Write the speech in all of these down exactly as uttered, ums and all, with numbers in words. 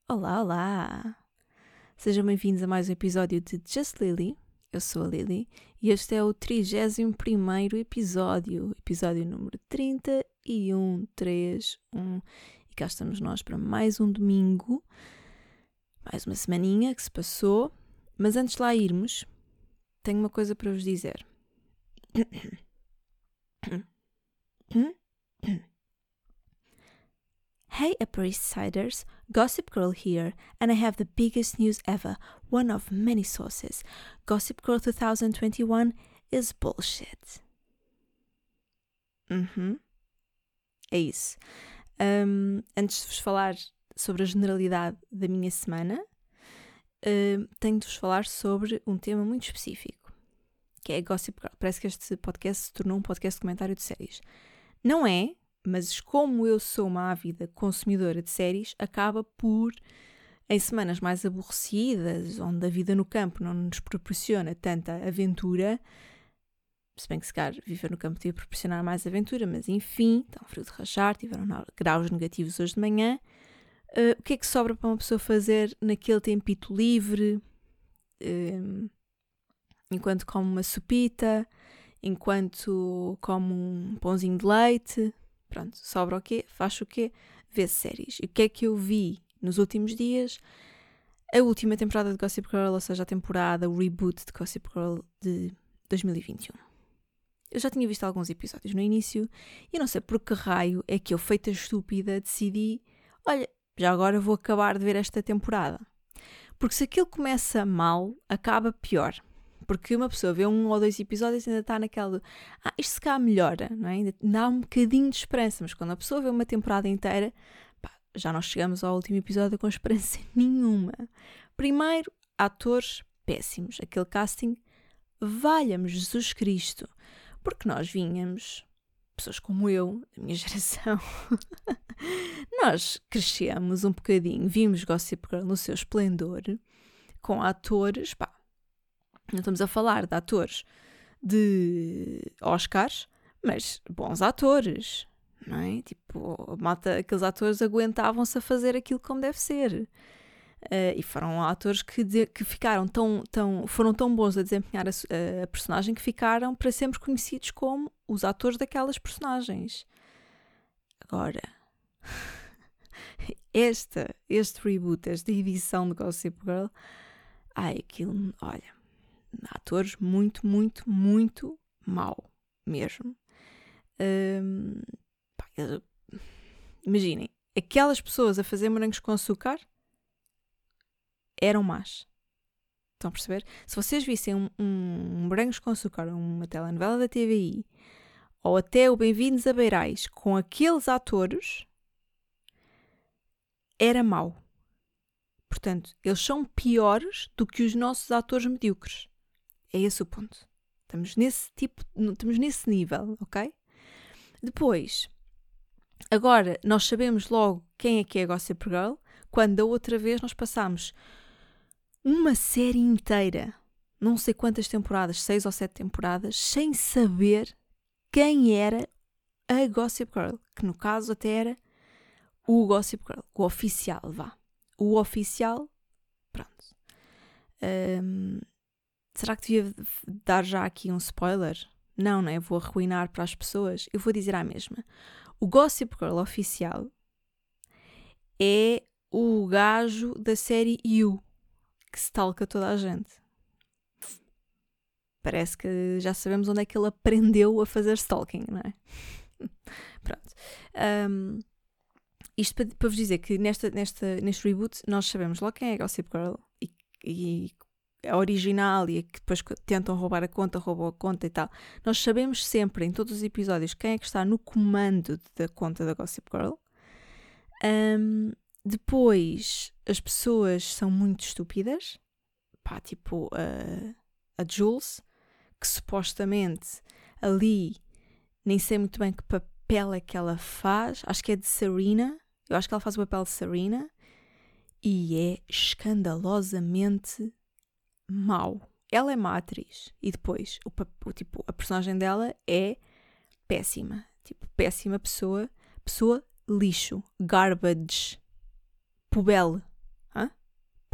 Olá, olá! Sejam bem-vindos a mais um episódio de Just Lily. Eu sou a Lily e este é o trigésimo primeiro episódio, episódio número trinta e um, três, um. E cá estamos nós para mais um domingo, mais uma semaninha que se passou. Mas antes de lá irmos, tenho uma coisa para vos dizer. Hey Upper East Siders, Gossip Girl here, and I have the biggest news ever, one of many sources. Gossip Girl twenty twenty-one is bullshit. Uhum. É isso. Um, antes de vos falar sobre a generalidade da minha semana, um, tenho de vos falar sobre um tema muito específico, que é Gossip Girl. Parece que este podcast se tornou um podcast de comentário de séries. Não é, mas como eu sou uma ávida consumidora de séries, acaba por, em semanas mais aborrecidas, onde a vida no campo não nos proporciona tanta aventura, se bem que se calhar viver no campo podia proporcionar mais aventura, mas enfim, está um frio de rachar, tiveram graus negativos hoje de manhã. Uh, o que é que sobra para uma pessoa fazer naquele tempito livre, um, enquanto come uma sopita, enquanto come um pãozinho de leite? Pronto, sobra o quê? Faz o quê? Vê séries. E o que é que eu vi nos últimos dias? A última temporada de Gossip Girl, ou seja, a temporada, o reboot de Gossip Girl de dois mil e vinte e um. Eu já tinha visto alguns episódios no início e não sei por que raio é que eu, feita estúpida, decidi, olha, já agora vou acabar de ver esta temporada. Porque se aquilo começa mal, acaba pior. Porque uma pessoa vê um ou dois episódios e ainda está naquela... Ah, isto se cá melhora, não é? Ainda dá um bocadinho de esperança. Mas quando a pessoa vê uma temporada inteira, pá, já não chegamos ao último episódio com esperança nenhuma. Primeiro, atores péssimos. Aquele casting, valha-me Jesus Cristo. Porque nós vinhamos, pessoas como eu, da minha geração, nós crescemos um bocadinho, vimos Gossip Girl no seu esplendor, com atores, pá, não estamos a falar de atores de Oscars, mas bons atores, não é? Tipo, malta, aqueles atores aguentavam-se a fazer aquilo como deve ser. Uh, e foram atores que, de, que ficaram tão, tão, foram tão bons a desempenhar a, a personagem que ficaram para sempre conhecidos como os atores daquelas personagens. Agora, esta, este reboot, esta edição de Gossip Girl, ai, aquilo, olha, atores muito, muito, muito mau mesmo. Um, pá, imaginem, aquelas pessoas a fazer morangos com açúcar eram más. Estão a perceber? Se vocês vissem um, um, um morangos com açúcar, uma telenovela da T V I, ou até o Bem-vindos a Beirais, com aqueles atores, era mau. Portanto, eles são piores do que os nossos atores medíocres. É esse o ponto. Estamos nesse tipo, estamos nesse nível, ok? Depois, agora nós sabemos logo quem é que é a Gossip Girl, quando da outra vez nós passámos uma série inteira, não sei quantas temporadas, seis ou sete temporadas, sem saber quem era a Gossip Girl, que no caso até era o Gossip Girl, o oficial, vá. O oficial, pronto. Um, será que devia dar já aqui um spoiler? Não, não é? Vou arruinar para as pessoas. Eu vou dizer à mesma. O Gossip Girl oficial é o gajo da série You, que stalka toda a gente. Parece que já sabemos onde é que ele aprendeu a fazer stalking, não é? Pronto. Um, isto para, para vos dizer que nesta, nesta, neste reboot nós sabemos logo quem é a Gossip Girl e, e a original e a que depois tentam roubar a conta, roubam a conta e tal. Nós sabemos sempre em todos os episódios quem é que está no comando da conta da Gossip Girl. Um, depois as pessoas são muito estúpidas. Pá, tipo uh, a Jules, que supostamente ali nem sei muito bem que papel é que ela faz, acho que é de Serena, eu acho que ela faz o papel de Serena e é escandalosamente mau. Ela é má atriz e depois o, o, tipo, a personagem dela é péssima, tipo, péssima pessoa, pessoa lixo, garbage, pubele,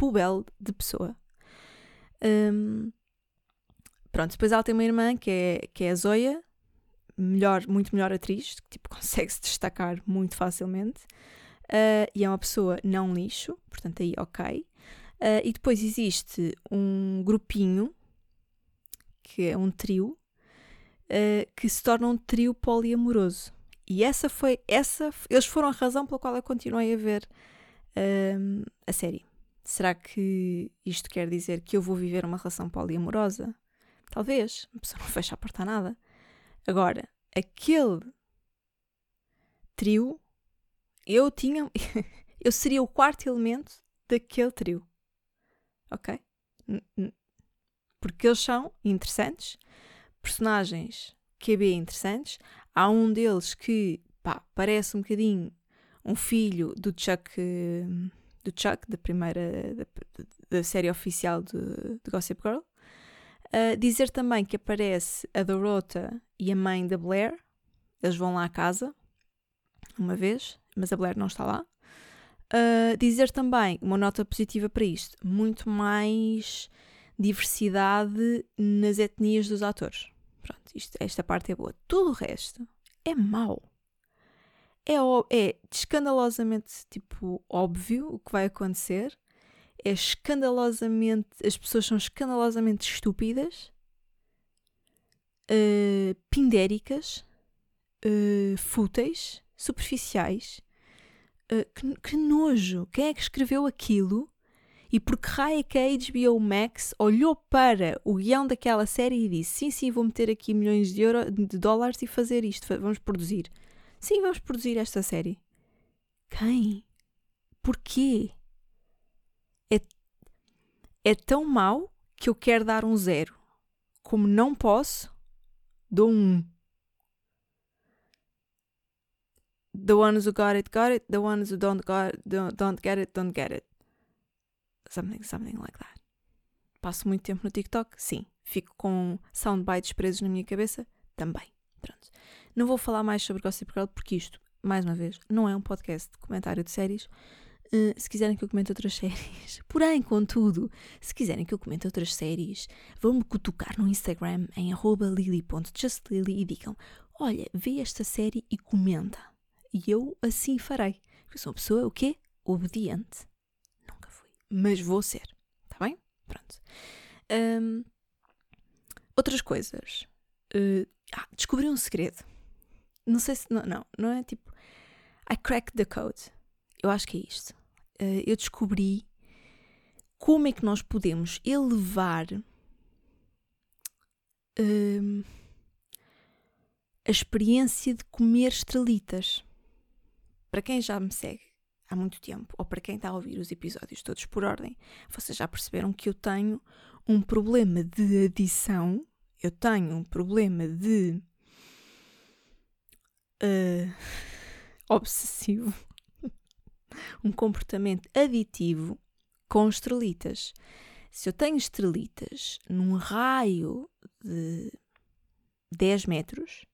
pubel de pessoa. Um, pronto, depois ela tem uma irmã que é, que é a Zoya, melhor, muito melhor atriz, que tipo, consegue se destacar muito facilmente. Uh, e é uma pessoa não lixo, portanto aí ok. Uh, e depois existe um grupinho, que é um trio, uh, que se torna um trio poliamoroso. E essa foi, essa, eles foram a razão pela qual eu continuei a ver uh, a série. Será que isto quer dizer que eu vou viver uma relação poliamorosa? Talvez, a pessoa não fecha a porta a nada. Agora, aquele trio, eu tinha, eu seria o quarto elemento daquele trio. Ok? Porque eles são interessantes, personagens Q B interessantes. Há um deles que, pá, parece um bocadinho um filho do Chuck, do Chuck, da primeira, da, da série oficial de, de Gossip Girl. Uh, dizer também que aparece a Dorota e a mãe da Blair. Eles vão lá à casa, uma vez, mas a Blair não está lá. Uh, dizer também, uma nota positiva para isto, muito mais diversidade nas etnias dos atores. Pronto, isto, esta parte é boa. Tudo o resto é mau. É, é escandalosamente, tipo, óbvio o que vai acontecer. É escandalosamente... As pessoas são escandalosamente estúpidas, uh, pindéricas, uh, fúteis, superficiais. Uh, que, que nojo! Quem é que escreveu aquilo? E por que raio é que a H B O Max olhou para o guião daquela série e disse: sim, sim, vou meter aqui milhões de, euro, de dólares e fazer isto, vamos produzir. Sim, vamos produzir esta série. Quem? Porquê? É, é tão mau que eu quero dar um zero. Como não posso, dou um. The ones who got it, got it. The ones who don't, got, don't, don't get it, don't get it. Something, something like that. Passo muito tempo no TikTok? Sim. Fico com soundbites presos na minha cabeça? Também. Pronto. Não vou falar mais sobre Gossip Girl porque isto, mais uma vez, não é um podcast de comentário de séries. Uh, se quiserem que eu comente outras séries, porém, contudo, se quiserem que eu comente outras séries, vão-me cutucar no Instagram em arroba lily ponto justlily e digam: olha, vê esta série e comenta. E eu assim farei. Porque sou uma pessoa, o quê? Obediente. Nunca fui. Mas vou ser. Está bem? Pronto. Um, outras coisas. Uh, ah, descobri um segredo. Não sei se... Não, não, não é tipo... I cracked the code. Eu acho que é isto. Uh, eu descobri como é que nós podemos elevar uh, a experiência de comer estrelitas. Para quem já me segue há muito tempo, ou para quem está a ouvir os episódios todos por ordem, vocês já perceberam que eu tenho um problema de adição, eu tenho um problema de uh, obsessivo, um comportamento aditivo com estrelitas. Se eu tenho estrelitas num raio de dez metros,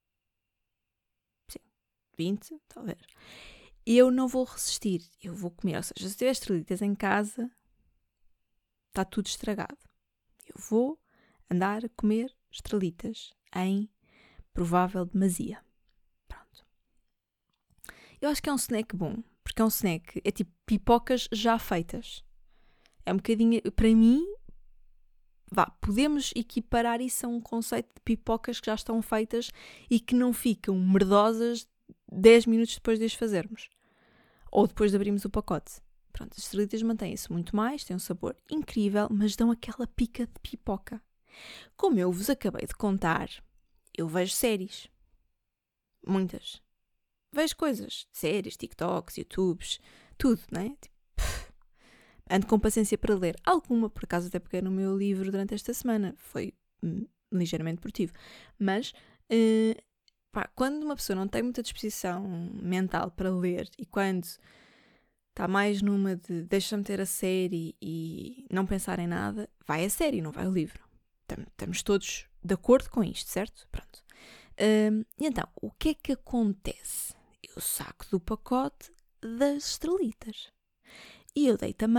sim, vinte, talvez, eu não vou resistir, eu vou comer. Ou seja, se tiver estrelitas em casa, está tudo estragado. Eu vou andar a comer estrelitas em provável demasia. Pronto. Eu acho que é um snack bom, porque é um snack, é tipo pipocas já feitas. É um bocadinho, para mim, vá, podemos equiparar isso a um conceito de pipocas que já estão feitas e que não ficam merdosas dez minutos depois de as fazermos. Ou depois de abrirmos o pacote. Pronto, as estrelitas mantêm-se muito mais, têm um sabor incrível, mas dão aquela pica de pipoca. Como eu vos acabei de contar, eu vejo séries. Muitas. Vejo coisas. Séries, TikToks, YouTubes, tudo, não é? Tipo, ando com paciência para ler. Alguma, por acaso, até peguei no meu livro durante esta semana. Foi hum, ligeiramente portivo. Mas... Uh, Pá, quando uma pessoa não tem muita disposição mental para ler e quando está mais numa de deixa-me ter a série e não pensar em nada, vai a série, não vai o livro. Estamos todos de acordo com isto, certo? Pronto. Um, e então, o que é que acontece? Eu saco do pacote das estrelitas e eu deito a mão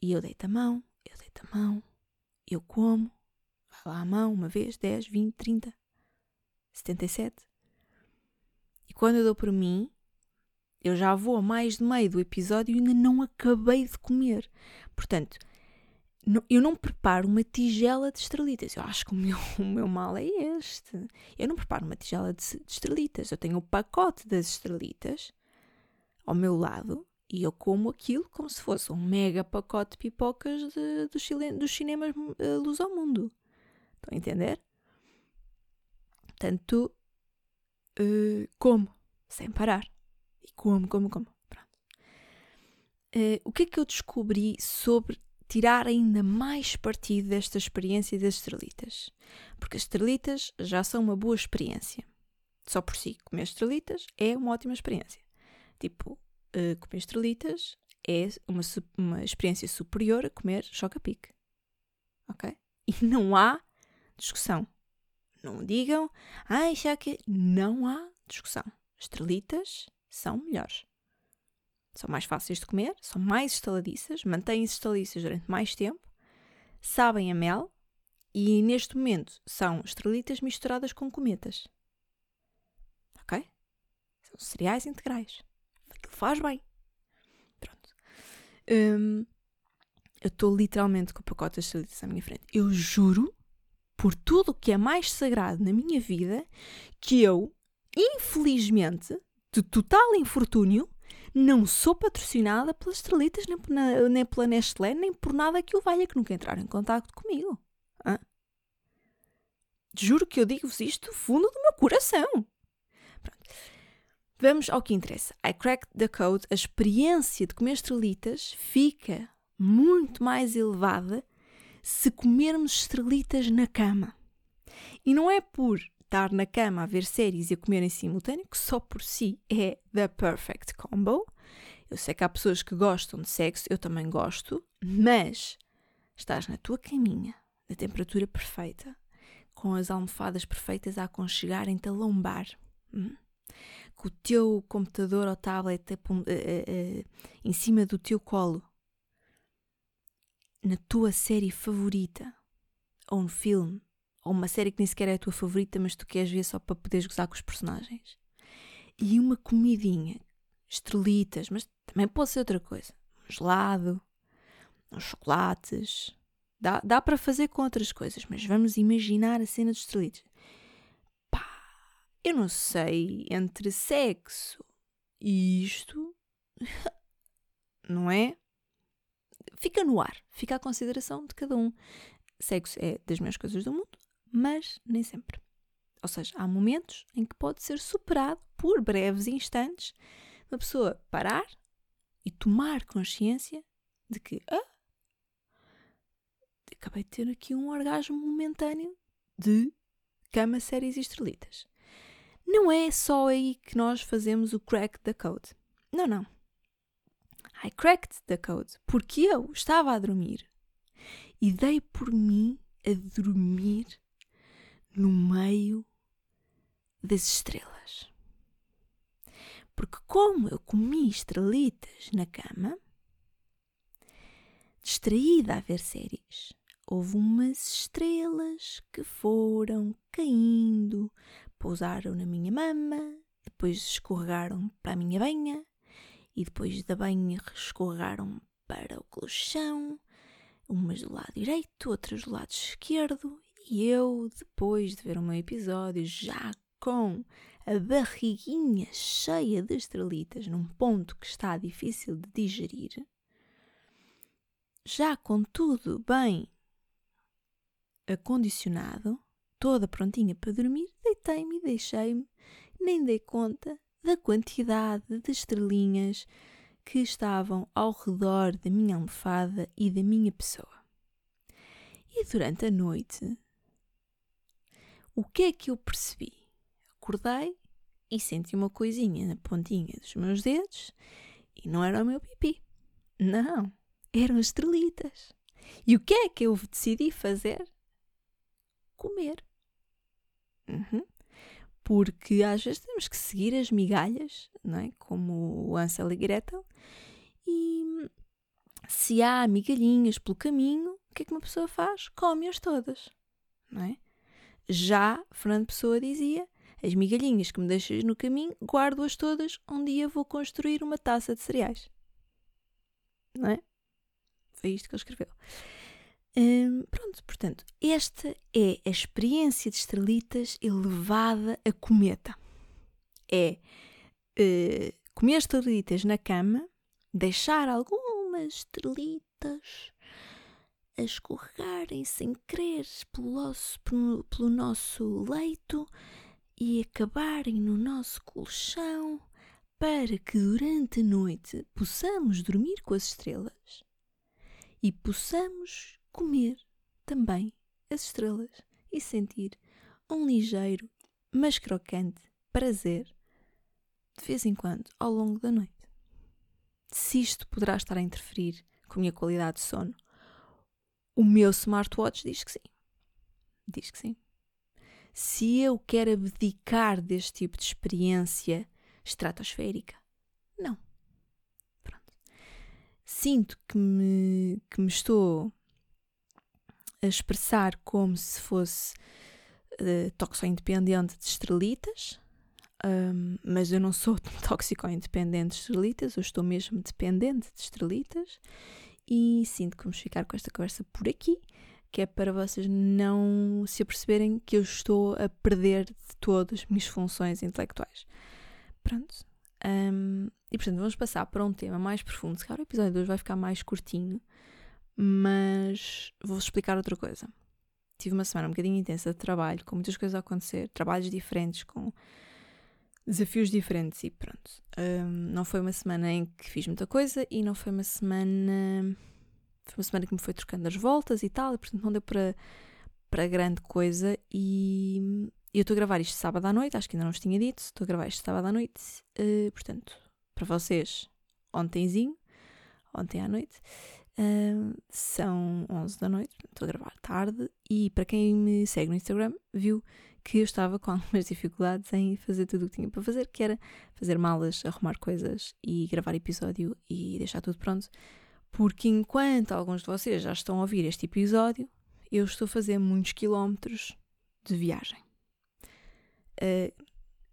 E eu deito a mão, eu deito a mão, eu como, vai lá a mão, uma vez, dez, vinte, trinta, setenta e sete. E quando eu dou por mim, eu já vou a mais de meio do episódio e ainda não acabei de comer. Portanto, eu não preparo uma tigela de estrelitas. Eu acho que o meu, o meu mal é este. Eu não preparo uma tigela de, de estrelitas. Eu tenho o pacote das estrelitas ao meu lado e eu como aquilo como se fosse um mega pacote de pipocas de, do chile, dos cinemas uh, Luz ao Mundo. Estão a entender? Portanto, uh, como, sem parar. E como, como, como. Pronto. Uh, o que é que eu descobri sobre tirar ainda mais partido desta experiência das estrelitas? Porque as estrelitas já são uma boa experiência. Só por si. Comer estrelitas é uma ótima experiência. Tipo, uh, comer estrelitas é uma, uma experiência superior a comer choca-pique. Ok? E não há discussão. Não digam, ai, já que... Não há discussão. Estrelitas são melhores. São mais fáceis de comer, são mais estaladiças, mantêm-se estaladiças durante mais tempo, sabem a mel e neste momento são estrelitas misturadas com cometas. Ok? São cereais integrais. Aquilo faz bem. Pronto. Hum, eu estou literalmente com o pacote das estrelitas à minha frente. Eu juro, por tudo o que é mais sagrado na minha vida, que eu, infelizmente, de total infortúnio, não sou patrocinada pelas estrelitas, nem, na, nem pela Nestlé, nem por nada que o valha, que nunca entraram em contacto comigo. Hã? Juro que eu digo-vos isto do fundo do meu coração. Pronto. Vamos ao que interessa. I cracked the code. A experiência de comer estrelitas fica muito mais elevada se comermos estrelitas na cama. E não é por estar na cama a ver séries e a comer em simultâneo, que só por si é the perfect combo. Eu sei que há pessoas que gostam de sexo, eu também gosto, mas estás na tua caminha, na temperatura perfeita, com as almofadas perfeitas a aconchegarem-te a lombar, hum? Com o teu computador ou tablet uh, uh, uh, em cima do teu colo, na tua série favorita, ou um filme, ou uma série que nem sequer é a tua favorita, mas tu queres ver só para poderes gozar com os personagens. E uma comidinha, estrelitas, mas também pode ser outra coisa. Um gelado, uns chocolates. Dá, dá para fazer com outras coisas, mas vamos imaginar a cena dos estrelitas. Pá, eu não sei, entre sexo e isto, não é? Fica no ar, fica à consideração de cada um. Sexo é das melhores coisas do mundo, mas nem sempre. Ou seja, há momentos em que pode ser superado por breves instantes uma pessoa parar e tomar consciência de que ah, acabei de ter aqui um orgasmo momentâneo de cama, séries e estrelitas. Não é só aí que nós fazemos o crack the code. Não, não. I cracked the code porque eu estava a dormir e dei por mim a dormir no meio das estrelas. Porque como eu comi estrelitas na cama, distraída a ver séries, houve umas estrelas que foram caindo, pousaram na minha mama, depois escorregaram para a minha banha e depois da banha escorregaram para o colchão, umas do lado direito, outras do lado esquerdo, e eu, depois de ver o meu episódio, já com a barriguinha cheia de estrelitas num ponto que está difícil de digerir, já com tudo bem acondicionado, toda prontinha para dormir, deitei-me e deixei-me, nem dei conta da quantidade de estrelinhas que estavam ao redor da minha almofada e da minha pessoa. E durante a noite, o que é que eu percebi? Acordei e senti uma coisinha na pontinha dos meus dedos e não era o meu pipi. Não, eram estrelitas. E o que é que eu decidi fazer? Comer. Uhum. Porque às vezes temos que seguir as migalhas, não é? Como o Hansel e Gretel, e Se há migalhinhas pelo caminho, o que é que uma pessoa faz? Come-as todas, não é? Já Fernando Pessoa dizia: as migalhinhas que me deixas no caminho, guardo-as todas, um dia vou construir uma taça de cereais. Não é? Foi isto que ele escreveu. Hum, pronto, portanto, esta é a experiência de estrelitas elevada a cometa. É uh, comer estrelitas na cama, deixar algumas estrelitas a escorregarem sem querer pelo nosso, pelo, pelo nosso leito e acabarem no nosso colchão para que durante a noite possamos dormir com as estrelas e possamos comer também as estrelas e sentir um ligeiro, mas crocante prazer de vez em quando ao longo da noite. Se isto poderá estar a interferir com a minha qualidade de sono, o meu smartwatch diz que sim. Diz que sim. Se eu quero abdicar deste tipo de experiência estratosférica, não. Pronto. Sinto que me, que me estou a expressar como se fosse uh, toxo-independente de estrelitas, um, mas eu não sou tóxico-independente de estrelitas, eu estou mesmo dependente de estrelitas e sinto que vamos ficar com esta conversa por aqui, que é para vocês não se aperceberem que eu estou a perder de todas as minhas funções intelectuais. Pronto. Um, e portanto vamos passar para um tema mais profundo. Se calhar o episódio de hoje vai ficar mais curtinho, mas vou-vos explicar outra coisa. Tive uma semana um bocadinho intensa de trabalho, com muitas coisas a acontecer, trabalhos diferentes, com desafios diferentes e pronto. Um, não foi uma semana em que fiz muita coisa e não foi uma semana... Foi uma semana que me foi trocando as voltas e tal, e portanto não deu para, para grande coisa. E eu estou a gravar isto sábado à noite, acho que ainda não vos tinha dito, estou a gravar isto sábado à noite, uh, portanto, para vocês, ontemzinho, ontem à noite, uh, são onze da noite, estou a gravar tarde, e para quem me segue no Instagram, viu que eu estava com algumas dificuldades em fazer tudo o que tinha para fazer, que era fazer malas, arrumar coisas e gravar episódio e deixar tudo pronto. Porque enquanto alguns de vocês já estão a ouvir este episódio, eu estou a fazer muitos quilómetros de viagem. Uh,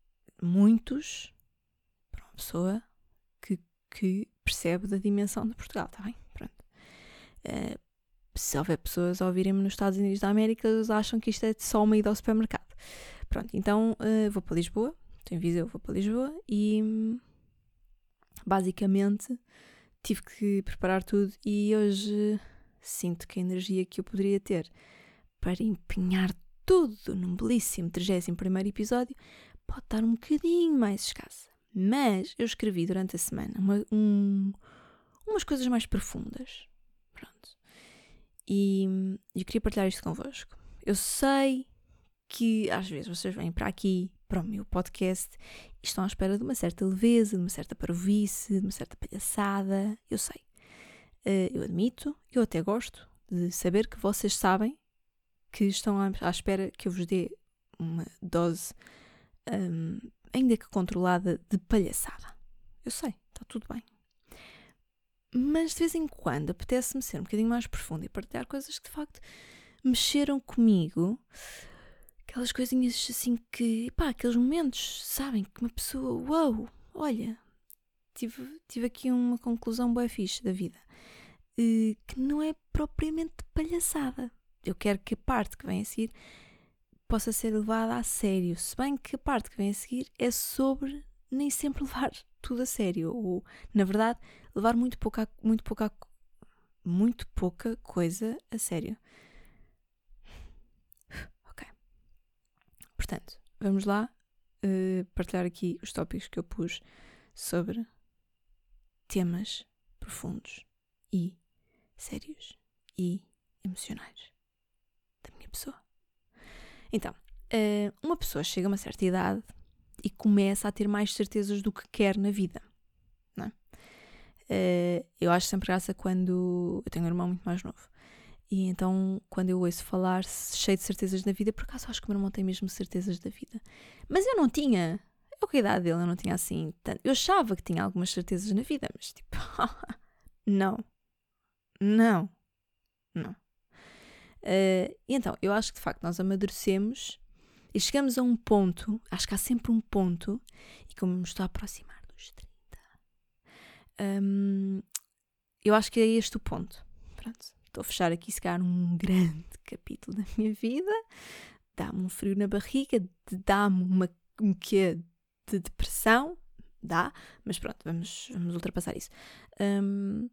muitos para uma pessoa que, que percebe da dimensão de Portugal, está bem? Pronto. Uh, se houver pessoas a ouvirem-me nos Estados Unidos da América, eles acham que isto é só uma ida ao supermercado. Pronto, então uh, vou para Lisboa, estou em Viseu, vou para Lisboa e basicamente tive que preparar tudo e hoje sinto que a energia que eu poderia ter para empenhar tudo num belíssimo trigésimo primeiro episódio pode estar um bocadinho mais escassa. Mas eu escrevi durante a semana uma, um, umas coisas mais profundas. Pronto. E eu queria partilhar isto convosco. Eu sei que às vezes vocês vêm para aqui, para o meu podcast, e estão à espera de uma certa leveza, de uma certa parvoíce, de uma certa palhaçada. Eu sei. Uh, eu admito, eu até gosto de saber que vocês sabem que estão à, à espera que eu vos dê uma dose, um, ainda que controlada, de palhaçada. Eu sei, está tudo bem. Mas de vez em quando apetece-me ser um bocadinho mais profundo e partilhar coisas que de facto mexeram comigo. Aquelas coisinhas assim que, pá, aqueles momentos, sabem, que uma pessoa, uau, olha, tive, tive aqui uma conclusão bué fixe da vida, uh, que não é propriamente palhaçada. Eu quero que a parte que vem a seguir possa ser levada a sério, se bem que a parte que vem a seguir é sobre nem sempre levar tudo a sério, ou, na verdade, levar muito pouca, muito pouca, muito pouca coisa a sério. Portanto, vamos lá uh, partilhar aqui os tópicos que eu pus sobre temas profundos e sérios e emocionais da minha pessoa. Então, uh, uma pessoa chega a uma certa idade e começa a ter mais certezas do que quer na vida, não é? Uh, eu acho sempre graça quando eu tenho um irmão muito mais novo. E então, quando eu ouço falar cheio de certezas da vida, por acaso acho que o meu irmão tem mesmo certezas da vida. Mas eu não tinha. Eu, com a idade dele, eu não tinha assim tanto. Eu achava que tinha algumas certezas na vida, mas tipo, não. Não, não. Uh, e então, eu acho que de facto nós amadurecemos e chegamos a um ponto, acho que há sempre um ponto, e como me estou a aproximar dos trinta, um, eu acho que é este o ponto. Pronto, estou a fechar aqui, se calhar, um grande capítulo da minha vida, dá-me um frio na barriga, dá-me uma, um quê de depressão, dá, mas pronto, vamos, vamos ultrapassar isso. Um,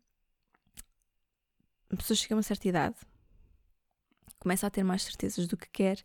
a pessoa chega a uma certa idade, começa a ter mais certezas do que quer,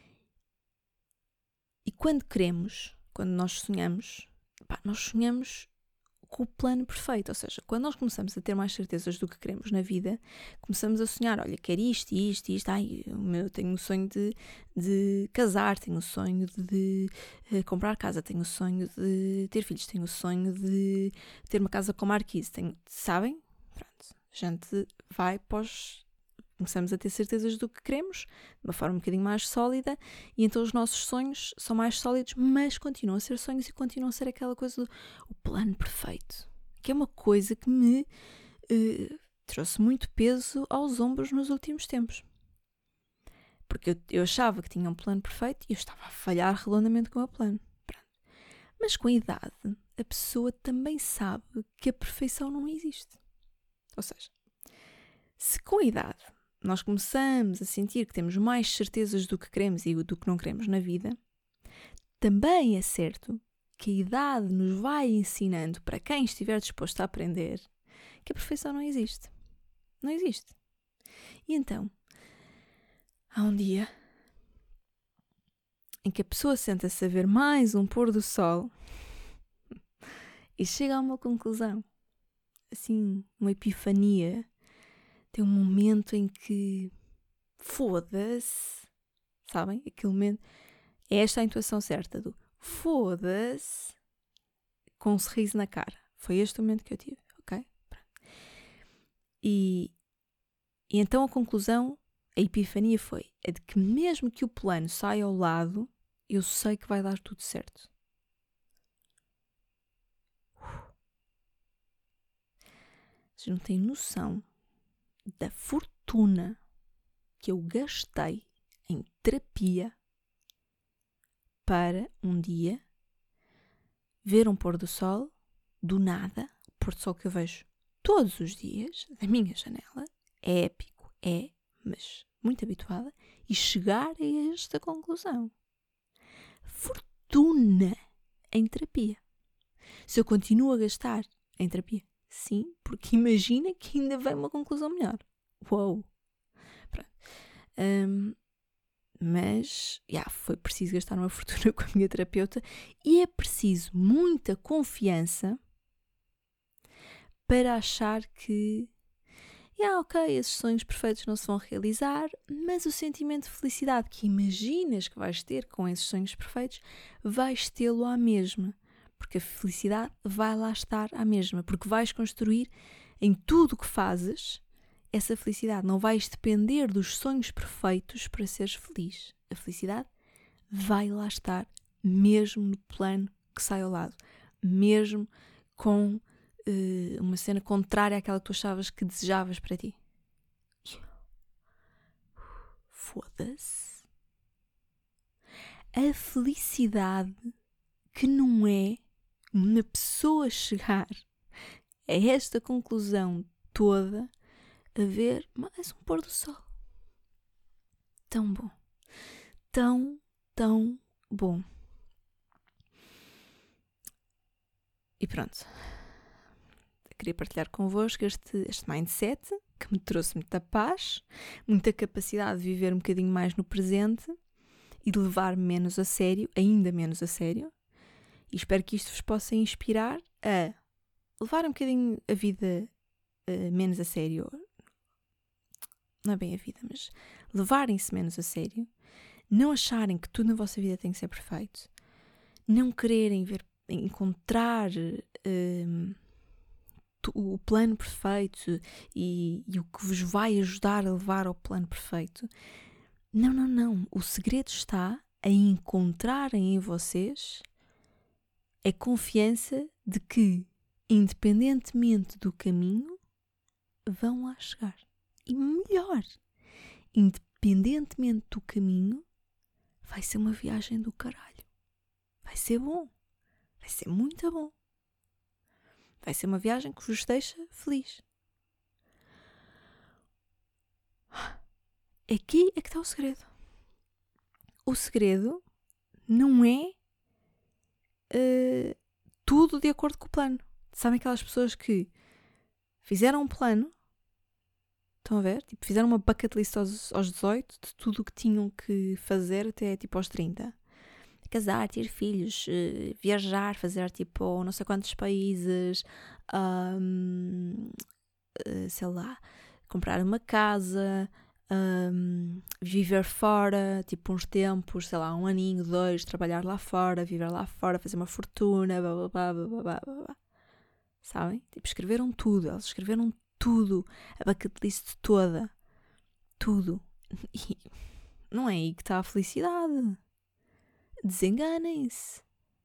e quando queremos, quando nós sonhamos, pá, nós sonhamos com o plano perfeito, ou seja, quando nós começamos a ter mais certezas do que queremos na vida, começamos a sonhar, olha, quero isto, isto, isto, ai, eu tenho o sonho de, de casar, tenho o sonho de, de uh, comprar casa, tenho o sonho de ter filhos, tenho o sonho de ter uma casa com marquise, tenho, sabem? Pronto, a gente vai para os... Começamos a ter certezas do que queremos, de uma forma um bocadinho mais sólida, e então os nossos sonhos são mais sólidos, mas continuam a ser sonhos e continuam a ser aquela coisa do o plano perfeito, que é uma coisa que me eh, trouxe muito peso aos ombros nos últimos tempos. Porque eu, eu achava que tinha um plano perfeito e eu estava a falhar redondamente com o meu plano. Pronto. Mas com a idade, a pessoa também sabe que a perfeição não existe. Ou seja, se com a idade nós começamos a sentir que temos mais certezas do que queremos e do que não queremos na vida, também é certo que a idade nos vai ensinando, para quem estiver disposto a aprender, que a perfeição não existe. Não existe. E então, há um dia em que a pessoa senta-se a ver mais um pôr do sol e chega a uma conclusão, assim, uma epifania. Tem um momento em que foda-se, sabem? Aquele momento, é esta a intuação certa do foda-se com um sorriso na cara. Foi este o momento que eu tive, ok? E, e então a conclusão, a epifania foi a de que mesmo que o plano saia ao lado, eu sei que vai dar tudo certo. Vocês não têm noção da fortuna que eu gastei em terapia para um dia ver um pôr do sol do nada, o pôr do sol que eu vejo todos os dias da minha janela, é épico, é, mas muito habituada, e chegar a esta conclusão. Fortuna em terapia. Se eu continuo a gastar em terapia, sim, porque imagina que ainda vem uma conclusão melhor. Uou! Pronto. Um, mas, já, yeah, foi preciso gastar uma fortuna com a minha terapeuta e é preciso muita confiança para achar que, yeah, ok, esses sonhos perfeitos não se vão realizar, mas o sentimento de felicidade que imaginas que vais ter com esses sonhos perfeitos, vais tê-lo à mesma. Porque a felicidade vai lá estar à mesma. Porque vais construir em tudo o que fazes essa felicidade. Não vais depender dos sonhos perfeitos para seres feliz. A felicidade vai lá estar mesmo no plano que sai ao lado. Mesmo com uh, uma cena contrária àquela que tu achavas que desejavas para ti. Foda-se. A felicidade que não é uma pessoa chegar a esta conclusão toda a ver mais um pôr do sol. Tão bom. Tão, tão bom. E pronto. Eu queria partilhar convosco este, este mindset que me trouxe muita paz, muita capacidade de viver um bocadinho mais no presente e de levar menos a sério, ainda menos a sério. E espero que isto vos possa inspirar a levar um bocadinho a vida uh, menos a sério. Não é bem a vida, mas levarem-se menos a sério. Não acharem que tudo na vossa vida tem que ser perfeito. Não quererem ver, encontrar uh, o plano perfeito e, e o que vos vai ajudar a levar ao plano perfeito. Não, não, não. O segredo está em encontrarem em vocês a confiança de que, independentemente do caminho, vão lá chegar. E melhor, independentemente do caminho, vai ser uma viagem do caralho. Vai ser bom. Vai ser muito bom. Vai ser uma viagem que vos deixa feliz. Aqui é que está o segredo. O segredo não é uh, tudo de acordo com o plano. Sabem aquelas pessoas que fizeram um plano, estão a ver? Tipo, fizeram uma bucket list aos, aos dezoito de tudo o que tinham que fazer até tipo aos trinta. Casar, ter filhos, uh, viajar, fazer tipo não sei quantos países, um, uh, sei lá, comprar uma casa, um, viver fora, tipo uns tempos, sei lá, um aninho, dois, trabalhar lá fora, viver lá fora, fazer uma fortuna, blá blá blá blá blá blá blá. Sabem? Tipo, escreveram tudo, eles escreveram tudo, a bucket list toda, tudo. E não é aí que está a felicidade. Desenganem-se.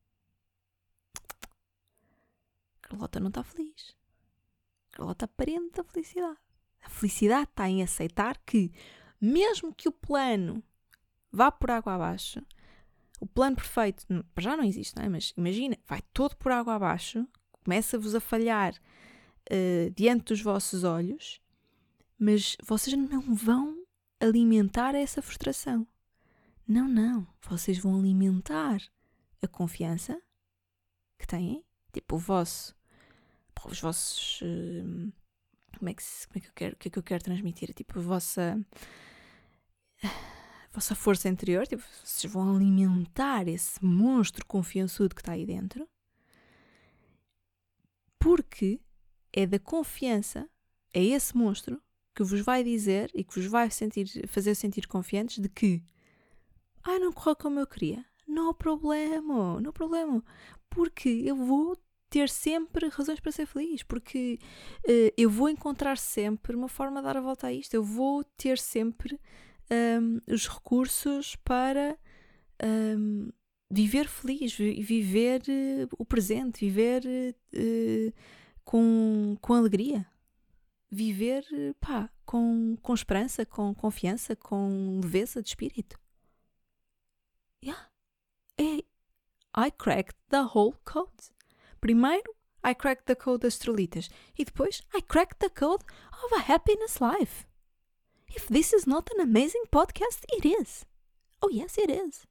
Carlota não está feliz. Carlota aparenta a felicidade. A felicidade está em aceitar que, mesmo que o plano vá por água abaixo, o plano perfeito, já não existe, não é? Mas imagina, vai todo por água abaixo, começa-vos a falhar uh, diante dos vossos olhos, mas vocês não vão alimentar essa frustração. Não, não. Vocês vão alimentar a confiança que têm, tipo o vosso, os vossos, uh, como é que se, como é que eu quero, o que é que eu quero transmitir? Tipo a vossa, a vossa força interior, tipo, vocês vão alimentar esse monstro confiançudo que está aí dentro, porque é da confiança, é esse monstro que vos vai dizer e que vos vai sentir, fazer sentir confiantes de que ah, não correu como eu queria. Não há problema, não há problema. Porque eu vou ter sempre razões para ser feliz. Porque uh, eu vou encontrar sempre uma forma de dar a volta a isto. Eu vou ter sempre um, os recursos para um, viver feliz, viver uh, o presente, viver uh, com, com alegria. Viver pá, com, com esperança, com confiança, com leveza de espírito. Yeah. I cracked the whole code. Primeiro, I cracked the code das estrelitas. E depois, I cracked the code of a happiness life. If this is not an amazing podcast, it is. Oh yes, it is.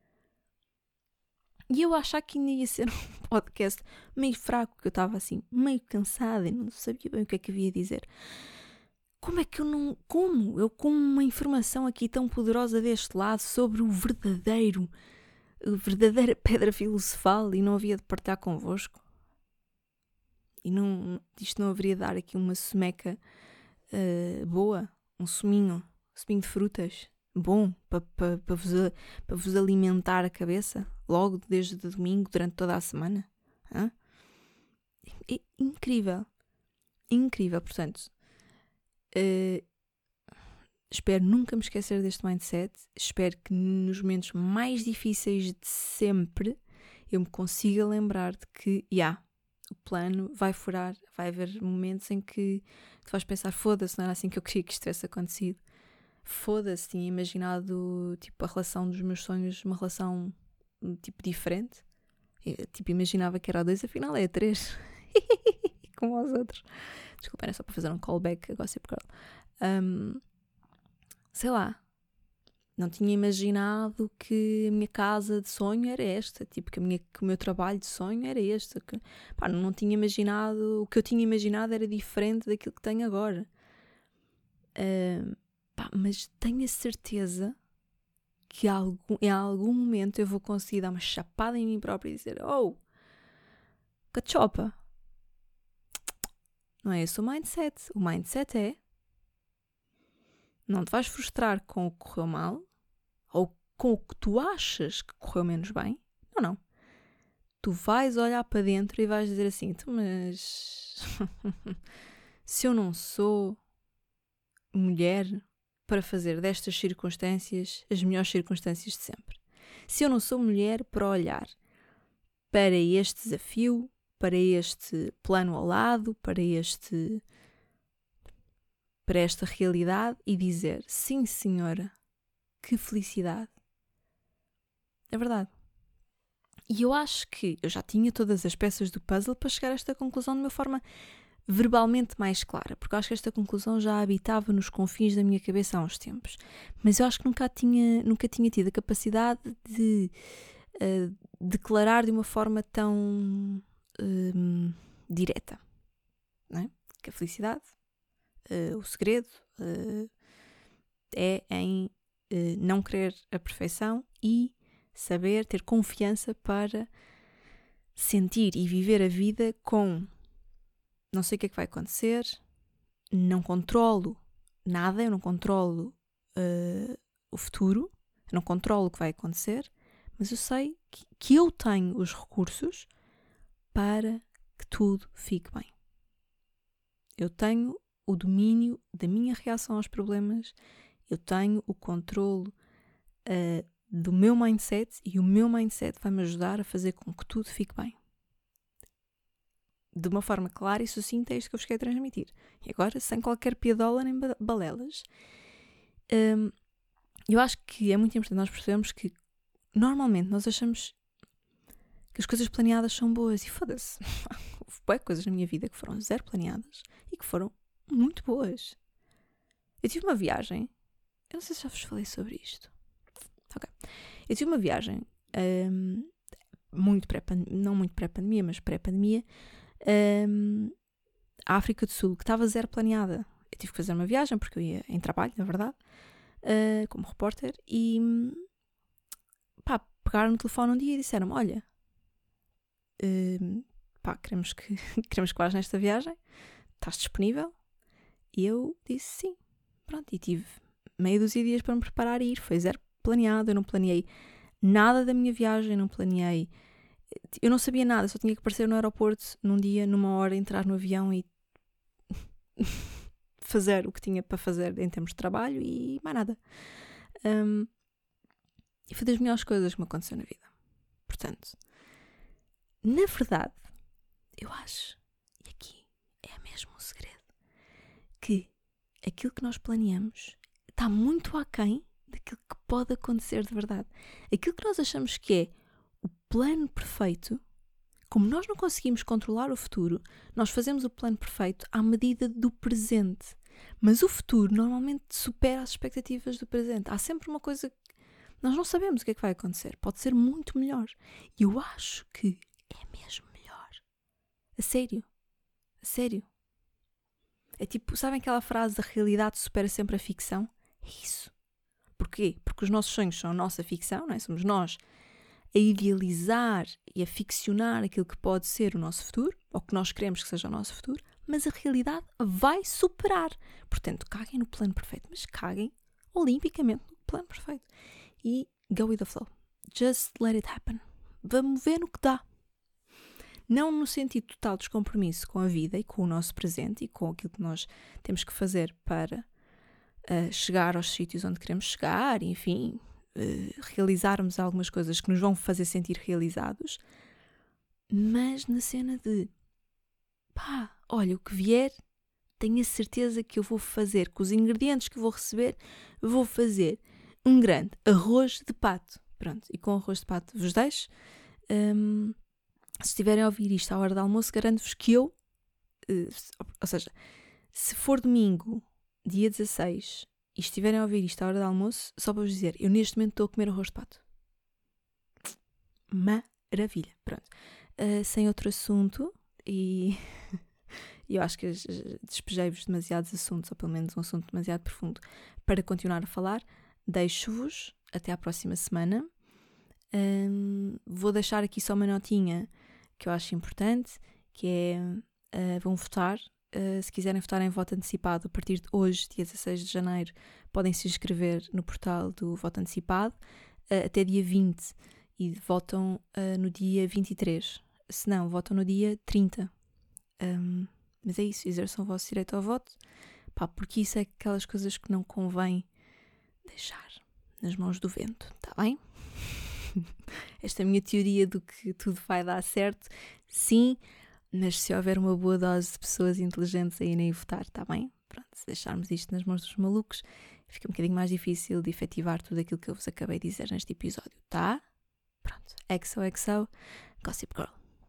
E eu achava que ainda ia ser um podcast meio fraco, que eu estava assim, meio cansada e não sabia bem o que é que havia a dizer. Como é que eu não... Como? Eu com uma informação aqui tão poderosa deste lado sobre o verdadeiro... A verdadeira pedra filosofal e não havia de partilhar convosco? E não, isto não haveria de dar aqui uma someca uh, boa? Um suminho? Um suminho de frutas? Bom, para pa, pa vos, pa vos alimentar a cabeça? Logo desde domingo, durante toda a semana? Hã? É incrível. Incrível, portanto... Uh, espero nunca me esquecer deste mindset. Espero que nos momentos mais difíceis de sempre eu me consiga lembrar de que, já, yeah, o plano vai furar. Vai haver momentos em que tu vais pensar, foda-se, não era assim que eu queria que isto tivesse acontecido. Foda-se, tinha imaginado, tipo, a relação dos meus sonhos, uma relação, tipo, diferente. Eu, tipo, imaginava que era a dois, afinal é a três. Como aos outros. Desculpa, era só para fazer um callback a Gossip Girl. Um, sei lá, não tinha imaginado que a minha casa de sonho era esta, tipo, que, a minha, que o meu trabalho de sonho era este. Que, pá, não tinha imaginado, o que eu tinha imaginado era diferente daquilo que tenho agora. Uh, pá, mas tenho a certeza que algum, em algum momento eu vou conseguir dar uma chapada em mim própria e dizer, oh, cachopa. Não é esse o mindset. O mindset é não te vais frustrar com o que correu mal ou com o que tu achas que correu menos bem. Não, não. Tu vais olhar para dentro e vais dizer assim, mas se eu não sou mulher para fazer destas circunstâncias as melhores circunstâncias de sempre. Se eu não sou mulher para olhar para este desafio, para este plano ao lado, para este para esta realidade e dizer, sim senhora, que felicidade. É verdade. E eu acho que eu já tinha todas as peças do puzzle para chegar a esta conclusão de uma forma verbalmente mais clara, porque eu acho que esta conclusão já habitava nos confins da minha cabeça há uns tempos. Mas eu acho que nunca tinha, nunca tinha tido a capacidade de uh, declarar de uma forma tão uh, direta. Não é? Que a felicidade, uh, o segredo, uh, é em uh, não querer a perfeição e saber, ter confiança para sentir e viver a vida com não sei o que é que vai acontecer, não controlo nada, eu não controlo uh, o futuro, eu não controlo o que vai acontecer, mas eu sei que, que eu tenho os recursos para que tudo fique bem. Eu tenho o domínio da minha reação aos problemas, eu tenho o controlo uh, do meu mindset e o meu mindset vai me ajudar a fazer com que tudo fique bem. De uma forma clara e sucinta, é isto que eu vos quero transmitir. E agora, sem qualquer piadola nem balelas. Um, eu acho que é muito importante nós percebermos que normalmente nós achamos que as coisas planeadas são boas. E foda-se, houve bué coisas na minha vida que foram zero planeadas e que foram muito boas. Eu tive uma viagem, eu não sei se já vos falei sobre isto. Ok. Eu tive uma viagem, um, muito pré-pandemia, não muito pré-pandemia, mas pré-pandemia, um, à África do Sul, que estava zero planeada. Eu tive que fazer uma viagem porque eu ia em trabalho, na verdade, uh, como repórter, e pá, pegaram no telefone um dia e disseram-me, olha, uh, pá, queremos que, queremos que vás nesta viagem, estás disponível? E eu disse sim, pronto, e tive meia dúzia de dias para me preparar e ir, foi zero planeado, eu não planeei nada da minha viagem, não planeei, eu não sabia nada, só tinha que aparecer no aeroporto num dia, numa hora, entrar no avião e fazer o que tinha para fazer em termos de trabalho e mais nada. Um, e foi das melhores coisas que me aconteceu na vida. Portanto, na verdade, eu acho, e aqui é mesmo um segredo, que aquilo que nós planeamos está muito aquém daquilo que pode acontecer de verdade. Aquilo que nós achamos que é o plano perfeito, como nós não conseguimos controlar o futuro, nós fazemos o plano perfeito à medida do presente. Mas o futuro normalmente supera as expectativas do presente. Há sempre uma coisa que nós não sabemos o que é que vai acontecer. Pode ser muito melhor. E eu acho que é mesmo melhor. A sério. A sério. É tipo, sabem aquela frase, a realidade supera sempre a ficção? É isso. Porquê? Porque os nossos sonhos são a nossa ficção, não é? Somos nós a idealizar e a ficcionar aquilo que pode ser o nosso futuro, ou que nós queremos que seja o nosso futuro, mas a realidade vai superar. Portanto, caguem no plano perfeito, mas caguem olimpicamente no plano perfeito. E go with the flow. Just let it happen. Vamos ver no que dá. Não no sentido total de descompromisso com a vida e com o nosso presente e com aquilo que nós temos que fazer para uh, chegar aos sítios onde queremos chegar, enfim, uh, realizarmos algumas coisas que nos vão fazer sentir realizados, mas na cena de pá, olha, o que vier, tenho a certeza que eu vou fazer, com os ingredientes que vou receber, vou fazer um grande arroz de pato. Pronto, e com arroz de pato vos deixo. Um, se estiverem a ouvir isto à hora do almoço, garanto-vos que eu, uh, ou seja, se for domingo, dia dezasseis, e estiverem a ouvir isto à hora do almoço, só para vos dizer, eu neste momento estou a comer arroz de pato. Maravilha, pronto. Uh, sem outro assunto, e eu acho que despejei-vos demasiados assuntos, ou pelo menos um assunto demasiado profundo, para continuar a falar. Deixo-vos até à próxima semana. Um, vou deixar aqui só uma notinha que eu acho importante, que é, uh, vão votar. Uh, se quiserem votar em voto antecipado, a partir de hoje, dia dezasseis de janeiro, podem se inscrever no portal do voto antecipado uh, até dia vinte e votam uh, no dia vinte e três. Se não, votam no dia trinta. Um, mas é isso, exerçam o vosso direito ao voto, pá, porque isso é aquelas coisas que não convém deixar nas mãos do vento, tá bem? Esta é a minha teoria do que tudo vai dar certo, sim, mas se houver uma boa dose de pessoas inteligentes a irem votar, tá bem? pronto, se deixarmos isto nas mãos dos malucos, fica um bocadinho mais difícil de efetivar tudo aquilo que eu vos acabei de dizer neste episódio, tá? Pronto, X O X O, Gossip Girl.